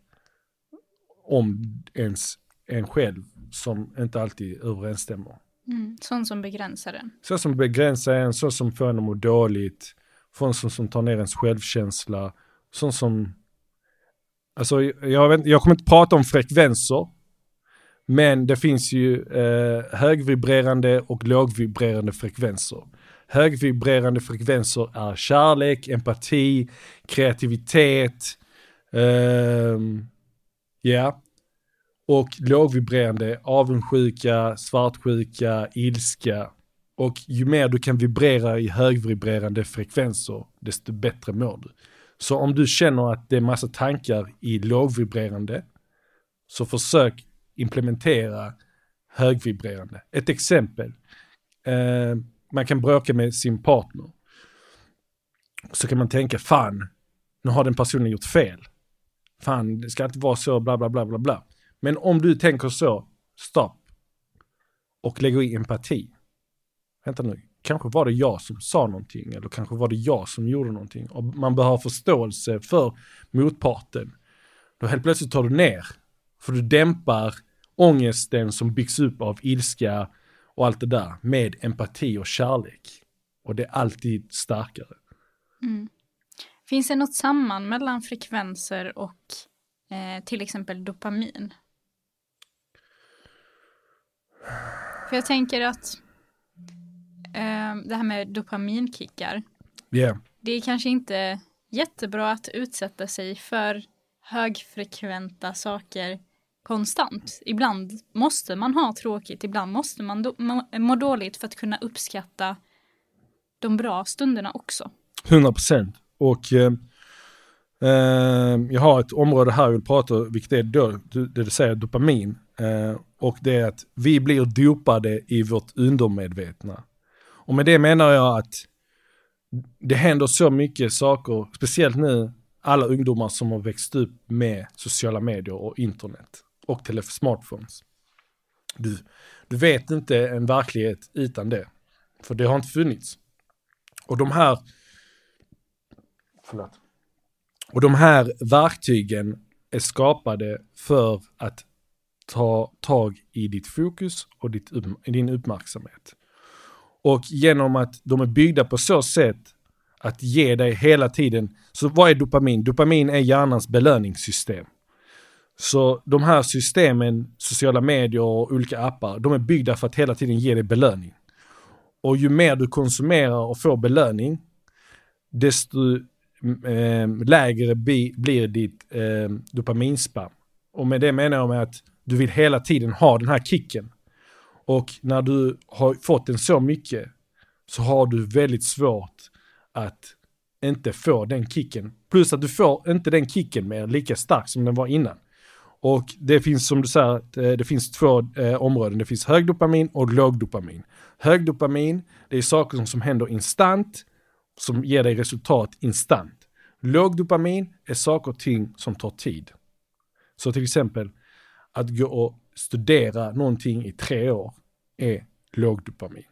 om ens en själv som inte alltid överensstämmer. Mm, sånt som begränsar den. Så som begränsar en, så som får en att må dåligt. Från sånt som tar ner ens självkänsla. Sånt som... Alltså, jag, vet, jag kommer inte prata om frekvenser. Men det finns ju eh, högvibrerande och lågvibrerande frekvenser. Högvibrerande frekvenser är kärlek, empati, kreativitet. Ja. Eh, yeah. Och lågvibrerande, avundsjuka, svartsjuka, ilska. Och ju mer du kan vibrera i högvibrerande frekvenser, desto bättre mår du. Så om du känner att det är massa tankar i lågvibrerande, så försök implementera högvibrerande. Ett exempel. Eh, man kan bråka med sin partner. Så kan man tänka, fan, nu har den personen gjort fel. Fan, det ska inte vara så, bla bla bla bla bla. Men om du tänker så, stopp. Och lägger i empati. Vänta nu, kanske var det jag som sa någonting. Eller kanske var det jag som gjorde någonting. Och man behöver förståelse för motparten. Då helt plötsligt tar du ner. För du dämpar ångesten som byggs upp av ilska och allt det där. Med empati och kärlek. Och det är alltid starkare. Mm. Finns det något samband mellan frekvenser och eh, till exempel dopamin? För jag tänker att eh, det här med dopaminkickar. Yeah. Det är kanske inte jättebra att utsätta sig för högfrekventa saker konstant. Ibland måste man ha tråkigt, ibland måste man do- må, må dåligt för att kunna uppskatta de bra stunderna också. hundra procent. Och eh, eh, jag har ett område här jag vill prata, vilket är då, det du säger dopamin. Eh, och det är att vi blir dopade i vårt undermedvetna. Och med det menar jag att det händer så mycket saker, speciellt nu alla ungdomar som har växt upp med sociala medier och internet och telef- smartphones. Du, du vet inte en verklighet utan det. För det har inte funnits. Och de här förlåt. Och de här verktygen är skapade för att ta tag i ditt fokus och ditt, din uppmärksamhet. Och genom att de är byggda på så sätt att ge dig hela tiden. Så vad är dopamin? Dopamin är hjärnans belöningssystem. Så de här systemen, sociala medier och olika appar, de är byggda för att hela tiden ge dig belöning. Och ju mer du konsumerar och får belöning, desto eh, lägre bi, blir ditt eh, dopaminspam. Och med det menar jag med att du vill hela tiden ha den här kicken. Och när du har fått den så mycket så har du väldigt svårt att inte få den kicken. Plus att du får inte den kicken mer lika stark som den var innan. Och det finns, som du säger, det finns två eh, områden. Det finns högdopamin och lågdopamin. Högdopamin, det är saker som händer instant, som ger dig resultat instant. Lågdopamin är saker och ting som tar tid. Så till exempel, att gå och studera någonting i tre år är lågdopamin.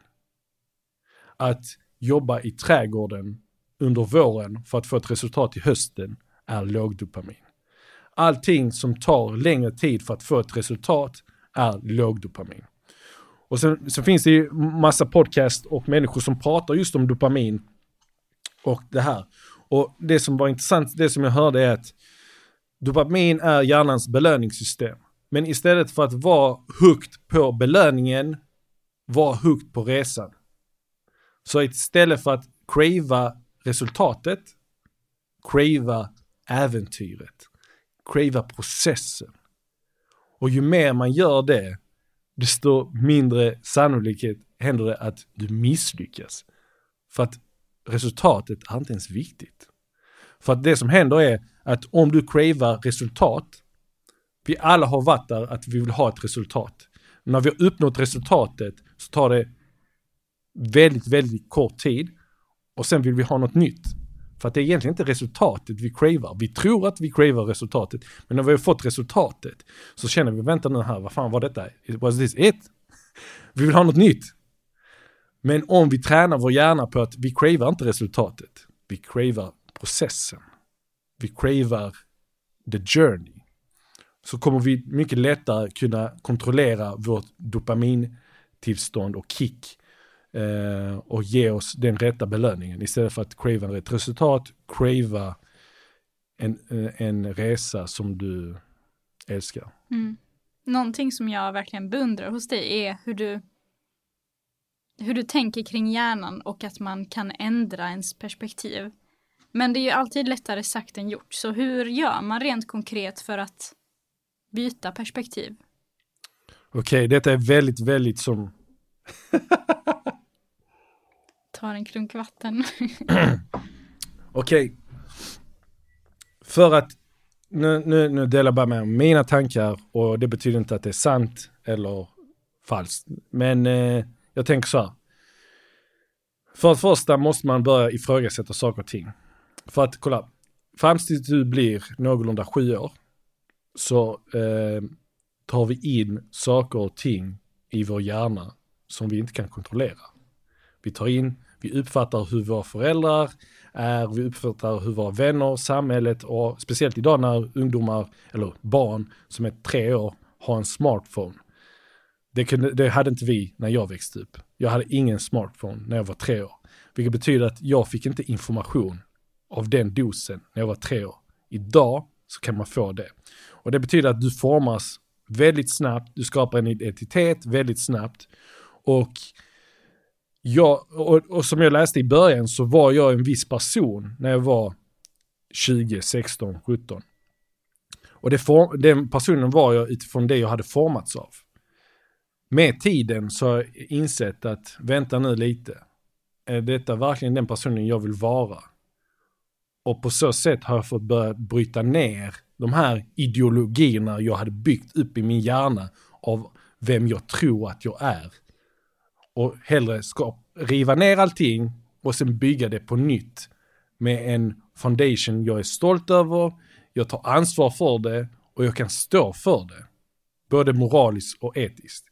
Att jobba i trädgården under våren för att få ett resultat i hösten är lågdopamin. Allting som tar längre tid för att få ett resultat är lågdopamin. Och sen, sen finns det ju massa podcast och människor som pratar just om dopamin och det här. Och det som var intressant, det som jag hörde är att dopamin är hjärnans belöningssystem. Men istället för att vara högt på belöningen, var högt på resan. Så istället för att crava resultatet, crava äventyret. Crava processen. Och ju mer man gör det, desto mindre sannolikhet händer det att du misslyckas. För att resultatet är inte ens viktigt. För att det som händer är att om du cravar resultat, vi alla har varit där att vi vill ha ett resultat. När vi har uppnått resultatet så tar det väldigt, väldigt kort tid och sen vill vi ha något nytt. För att det är egentligen inte resultatet vi cravar. Vi tror att vi cravar resultatet, men när vi har fått resultatet så känner vi, vänta nu här, vad fan var detta? Was this it? Vi vill ha något nytt. Men om vi tränar vår hjärna på att vi cravar inte resultatet, vi cravar processen. Vi cravar the journey. Så kommer vi mycket lättare kunna kontrollera vårt dopamintillstånd och kick eh, och ge oss den rätta belöningen istället för att crava en rätt resultat, crava en, en resa som du älskar. Mm. Någonting som jag verkligen beundrar hos dig är hur du hur du tänker kring hjärnan och att man kan ändra ens perspektiv. Men det är ju alltid lättare sagt än gjort. Så hur gör man rent konkret för att byta perspektiv? Okej, okay, detta är väldigt, väldigt som... Tar en klunk vatten. Okej. Okay. För att nu, nu, nu delar jag bara med mina tankar och det betyder inte att det är sant eller falskt. Men eh, jag tänker så här. För att första måste man börja ifrågasätta saker och ting. För att kolla, fram tills du blir någorlunda sju år så eh, tar vi in saker och ting i vår hjärna som vi inte kan kontrollera. Vi tar in, vi uppfattar hur våra föräldrar är, vi uppfattar hur våra vänner, samhället och speciellt idag när ungdomar eller barn som är tre år har en smartphone. Det, kunde, det hade inte vi när jag växte upp. Jag hade ingen smartphone när jag var tre år. Vilket betyder att jag fick inte information av den dosen när jag var tre år. Idag så kan man få det. Och det betyder att du formas väldigt snabbt. Du skapar en identitet väldigt snabbt. Och, jag, och, och som jag läste i början så var jag en viss person när jag var tjugo, sexton, sjutton. Och det form, den personen var jag utifrån det jag hade formats av. Med tiden så har jag insett att vänta nu lite. Är detta verkligen den personen jag vill vara? Och på så sätt har jag fått börja bryta ner de här ideologierna jag hade byggt upp i min hjärna av vem jag tror att jag är. Och hellre ska riva ner allting och sen bygga det på nytt med en foundation jag är stolt över, jag tar ansvar för det och jag kan stå för det. Både moraliskt och etiskt.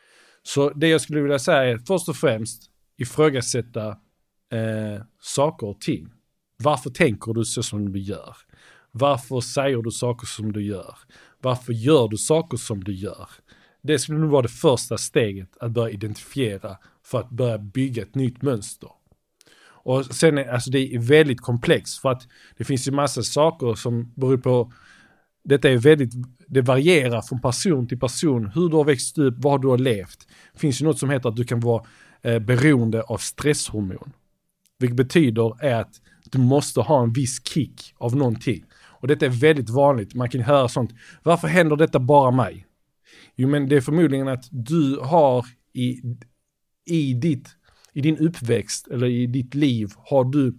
Så det jag skulle vilja säga är först och främst ifrågasätta eh, saker och ting. Varför tänker du så som du gör? Varför säger du saker som du gör? Varför gör du saker som du gör? Det skulle nog vara det första steget att börja identifiera för att börja bygga ett nytt mönster. Och sen är alltså det är väldigt komplext för att det finns ju massa saker som beror på. Detta är väldigt, det varierar från person till person. Hur du har växt upp, vad du har levt. Det finns ju något som heter att du kan vara eh, beroende av stresshormon. Vilket betyder är att du måste ha en viss kick av någonting. Och detta är väldigt vanligt. Man kan höra sånt. Varför händer detta bara mig? Jo, men det är förmodligen att du har i, i, ditt, i din uppväxt eller i ditt liv har du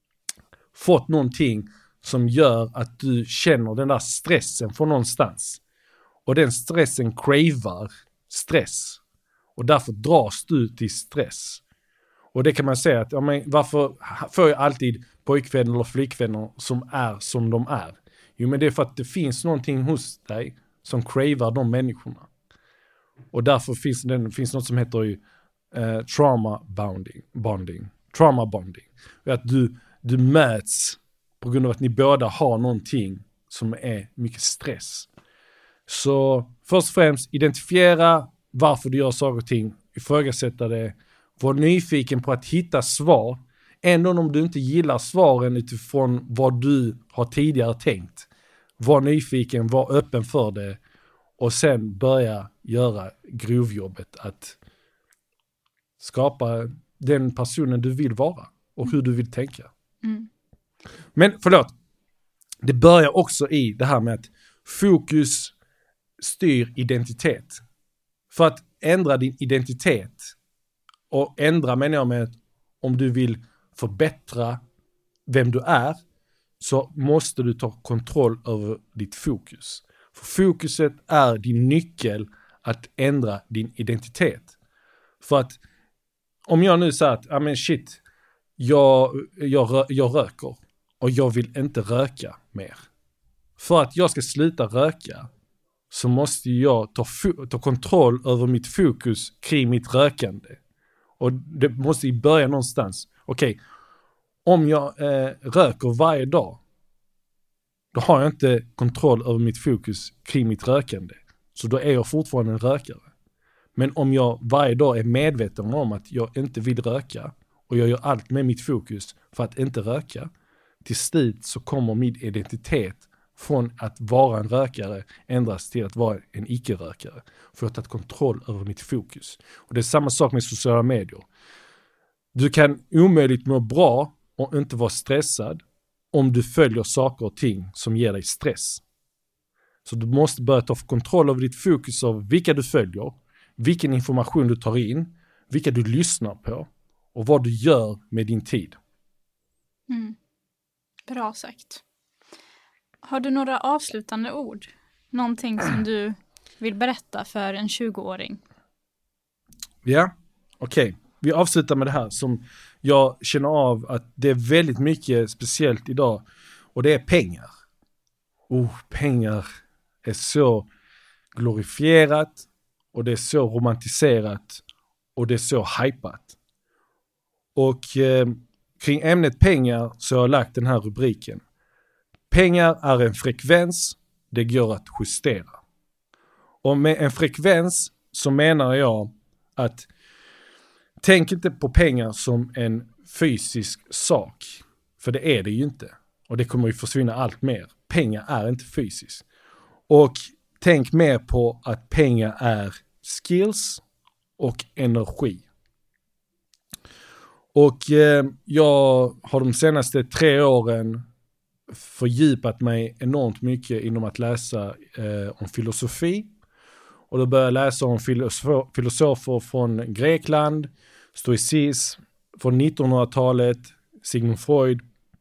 fått någonting som gör att du känner den där stressen från någonstans. Och den stressen cravar stress. Och därför dras du till stress. Och det kan man säga att ja, men varför får jag alltid pojkvänner eller flickvänner som är som de är? Jo, men det är för att det finns någonting hos dig som cravar de människorna. Och därför finns det finns något som heter ju, eh, trauma bonding, bonding. Trauma bonding. Att du, du möts på grund av att ni båda har någonting som är mycket stress. Så först och främst identifiera varför du gör saker och ting. Ifrågasätta det. Var nyfiken på att hitta svar. Ändå om du inte gillar svaren utifrån vad du har tidigare tänkt. Var nyfiken, var öppen för det. Och sen börja göra grovjobbet att skapa den personen du vill vara. Och hur du vill tänka. Mm. Men förlåt, det börjar också i det här med att fokus styr identitet. För att ändra din identitet och ändra menar jag med att om du vill förbättra vem du är så måste du ta kontroll över ditt fokus. För fokuset är din nyckel att ändra din identitet. För att om jag nu säger att ja men shit, jag, jag, jag röker och jag vill inte röka mer. För att jag ska sluta röka så måste jag ta, ta kontroll över mitt fokus kring mitt rökande. Och det måste ju börja någonstans. Okej, okay, om jag eh, röker varje dag då har jag inte kontroll över mitt fokus kring mitt rökande. Så då är jag fortfarande en rökare. Men om jag varje dag är medveten om att jag inte vill röka och jag gör allt med mitt fokus för att inte röka, till slut så kommer min identitet från att vara en rökare ändras till att vara en icke-rökare. För jag har tagit kontroll över mitt fokus. Och det är samma sak med sociala medier. Du kan omöjligt må bra och inte vara stressad om du följer saker och ting som ger dig stress. Så du måste börja ta kontroll över ditt fokus av vilka du följer, vilken information du tar in, vilka du lyssnar på och vad du gör med din tid. Mm. Bra sagt. Har du några avslutande ord? Någonting som du vill berätta för en tjugoåring? Ja, okej. Okay. Vi avslutar med det här som jag känner av att det är väldigt mycket speciellt idag. Och det är pengar. Oh, pengar är så glorifierat och det är så romantiserat och det är så hypat. Och eh, kring ämnet pengar så har jag lagt den här rubriken. Pengar är en frekvens, det går att justera. Och med en frekvens så menar jag att tänk inte på pengar som en fysisk sak. För det är det ju inte. Och det kommer ju försvinna allt mer. Pengar är inte fysiskt. Och tänk mer på att pengar är skills och energi. Och eh, jag har de senaste tre åren fördjupat mig enormt mycket inom att läsa eh, om filosofi. Och då började jag läsa om filosofer, filosofer från Grekland, stoicism från nittonhundratalet, Sigmund Freud,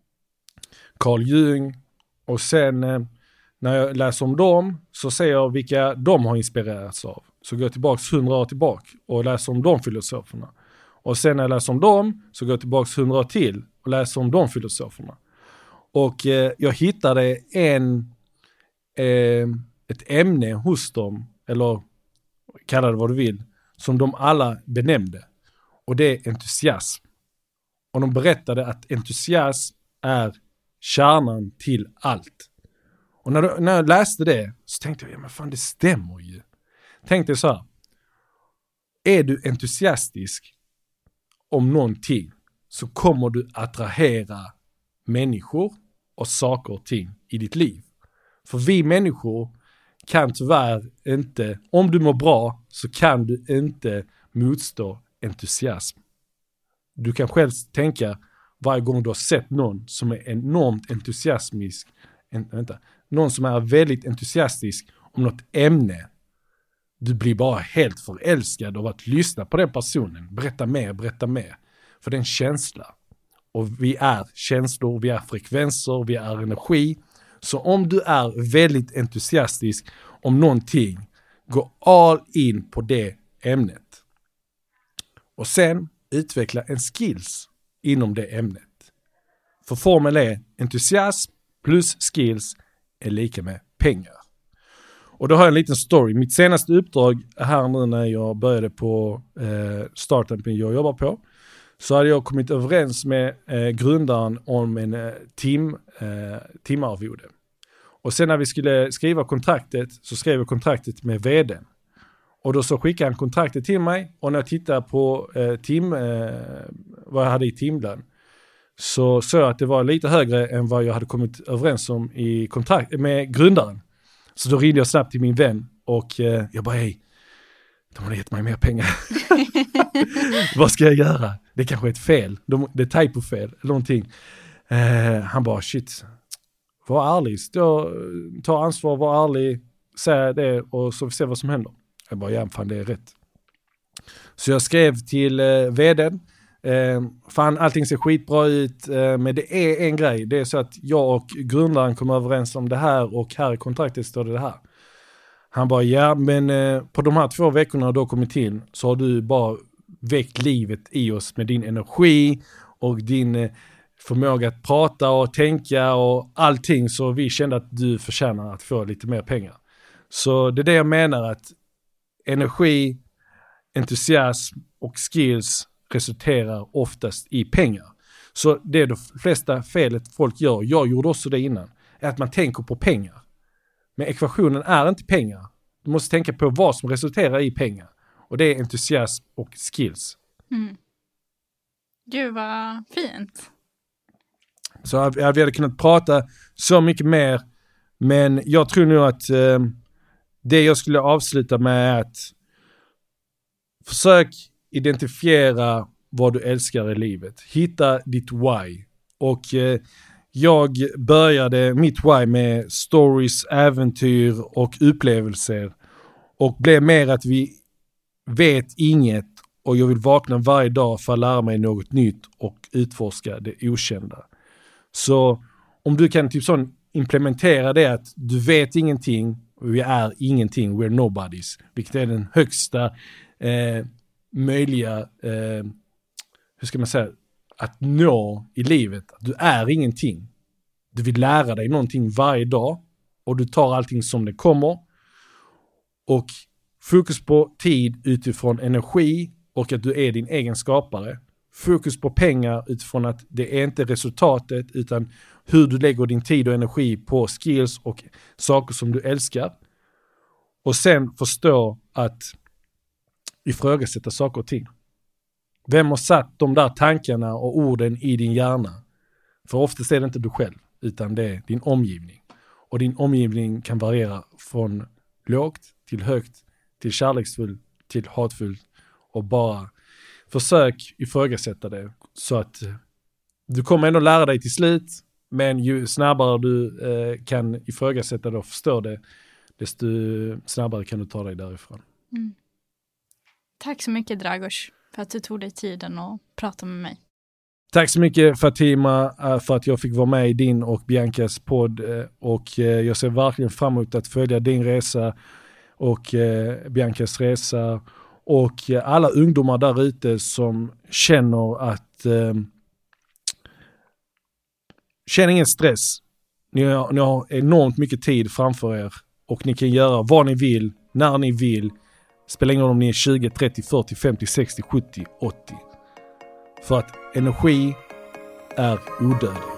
Carl Jung. Och sen eh, när jag läser om dem så ser jag vilka de har inspirerats av. Så går jag tillbaka hundra år tillbaka och läser om de filosoferna. Och sen när jag läser om dem så går jag tillbaka hundra år till och läser om de filosoferna. Och eh, jag hittade en, eh, ett ämne hos dem, eller kalla det vad du vill, som de alla benämnde. Och det är entusiasm. Och de berättade att entusiasm är kärnan till allt. Och när, när jag läste det så tänkte jag, ja men fan det stämmer ju. Tänkte så här, är du entusiastisk om någonting så kommer du attrahera människor och saker och ting i ditt liv. För vi människor kan tyvärr inte, om du mår bra så kan du inte motstå entusiasm. Du kan själv tänka varje gång du har sett någon som är enormt entusiastisk, en, vänta, någon som är väldigt entusiastisk om något ämne. Du blir bara helt förälskad av att lyssna på den personen. Berätta mer, berätta mer. För det är en känsla. Och vi är känslor, vi är frekvenser, vi är energi. Så om du är väldigt entusiastisk om någonting, gå all in på det ämnet. Och sen utveckla en skills inom det ämnet. För formel är entusiasm plus skills är lika med pengar. Och då har jag en liten story. Mitt senaste uppdrag här nu när jag började på eh, startupen jag jobbar på, så hade jag kommit överens med eh, grundaren om en eh, tim, eh, timarvode. Och sen när vi skulle skriva kontraktet så skrev jag kontraktet med vdn. Och då så skickade han kontraktet till mig och när jag tittade på eh, tim, eh, vad jag hade i timlön så såg jag att det var lite högre än vad jag hade kommit överens om i kontrakt med grundaren. Så då ringde jag snabbt till min vän och eh, jag bara, hej, de har gett mig mer pengar. Vad ska jag göra? Det kanske är ett fel. De, det är typofel eller någonting. Eh, han bara, shit, var ärlig. Stå, ta ansvar, var ärlig, säg det och så får vi se vad som händer. Jag bara, ja fan det är rätt. Så jag skrev till eh, vdn. Eh, fan allting ser skitbra ut eh, men det är en grej. Det är så att jag och grundaren kommer överens om det här och här i kontraktet står det, det här. Han bara, ja men eh, på de här två veckorna du har kommit in så har du bara väckt livet i oss med din energi och din eh, förmåga att prata och tänka och allting, så vi kände att du förtjänar att få lite mer pengar. Så det är det jag menar, att energi, entusiasm och skills resulterar oftast i pengar. Så det är det flesta felet folk gör, jag gjorde också det innan, är att man tänker på pengar. Men ekvationen är inte pengar. Du måste tänka på vad som resulterar i pengar. Och det är entusiasm och skills. Mm. Gud vad fint. Så vi hade kunnat prata så mycket mer. Men jag tror nu att eh, det jag skulle avsluta med är att försök identifiera vad du älskar i livet. Hitta ditt why. Och eh, jag började mitt why med stories, äventyr och upplevelser. Och blev mer att vi vet inget och jag vill vakna varje dag för att lära mig något nytt och utforska det okända. Så om du kan typ sån implementera det att du vet ingenting och vi är ingenting, we're nobodies. Vilket är den högsta eh, möjliga, eh, hur ska man säga, att nå i livet. Du är ingenting. Du vill lära dig någonting varje dag och du tar allting som det kommer. Och fokus på tid utifrån energi och att du är din egen skapare. Fokus på pengar utifrån att det är inte resultatet utan hur du lägger din tid och energi på skills och saker som du älskar. Och sen förstå att ifrågasätta saker och ting. Vem har satt de där tankarna och orden i din hjärna? För oftast är det inte du själv utan det är din omgivning. Och din omgivning kan variera från lågt till högt, till kärleksfull, till hatfull och bara försök ifrågasätta det så att du kommer ändå lära dig till slut, men ju snabbare du eh, kan ifrågasätta det och förstå det, desto snabbare kan du ta dig därifrån. Mm. Tack så mycket Dragos för att du tog dig tiden och pratade med mig. Tack så mycket Fatima för att jag fick vara med i din och Biancas podd och jag ser verkligen fram emot att följa din resa och Biancas resa och alla ungdomar där ute som känner att eh, känner ingen stress. Ni har, ni har enormt mycket tid framför er och ni kan göra vad ni vill, när ni vill. Spelar ingen roll om ni är tjugo, trettio, fyrtio, femtio, sextio, sjuttio, åttio. För att energi är odödlig.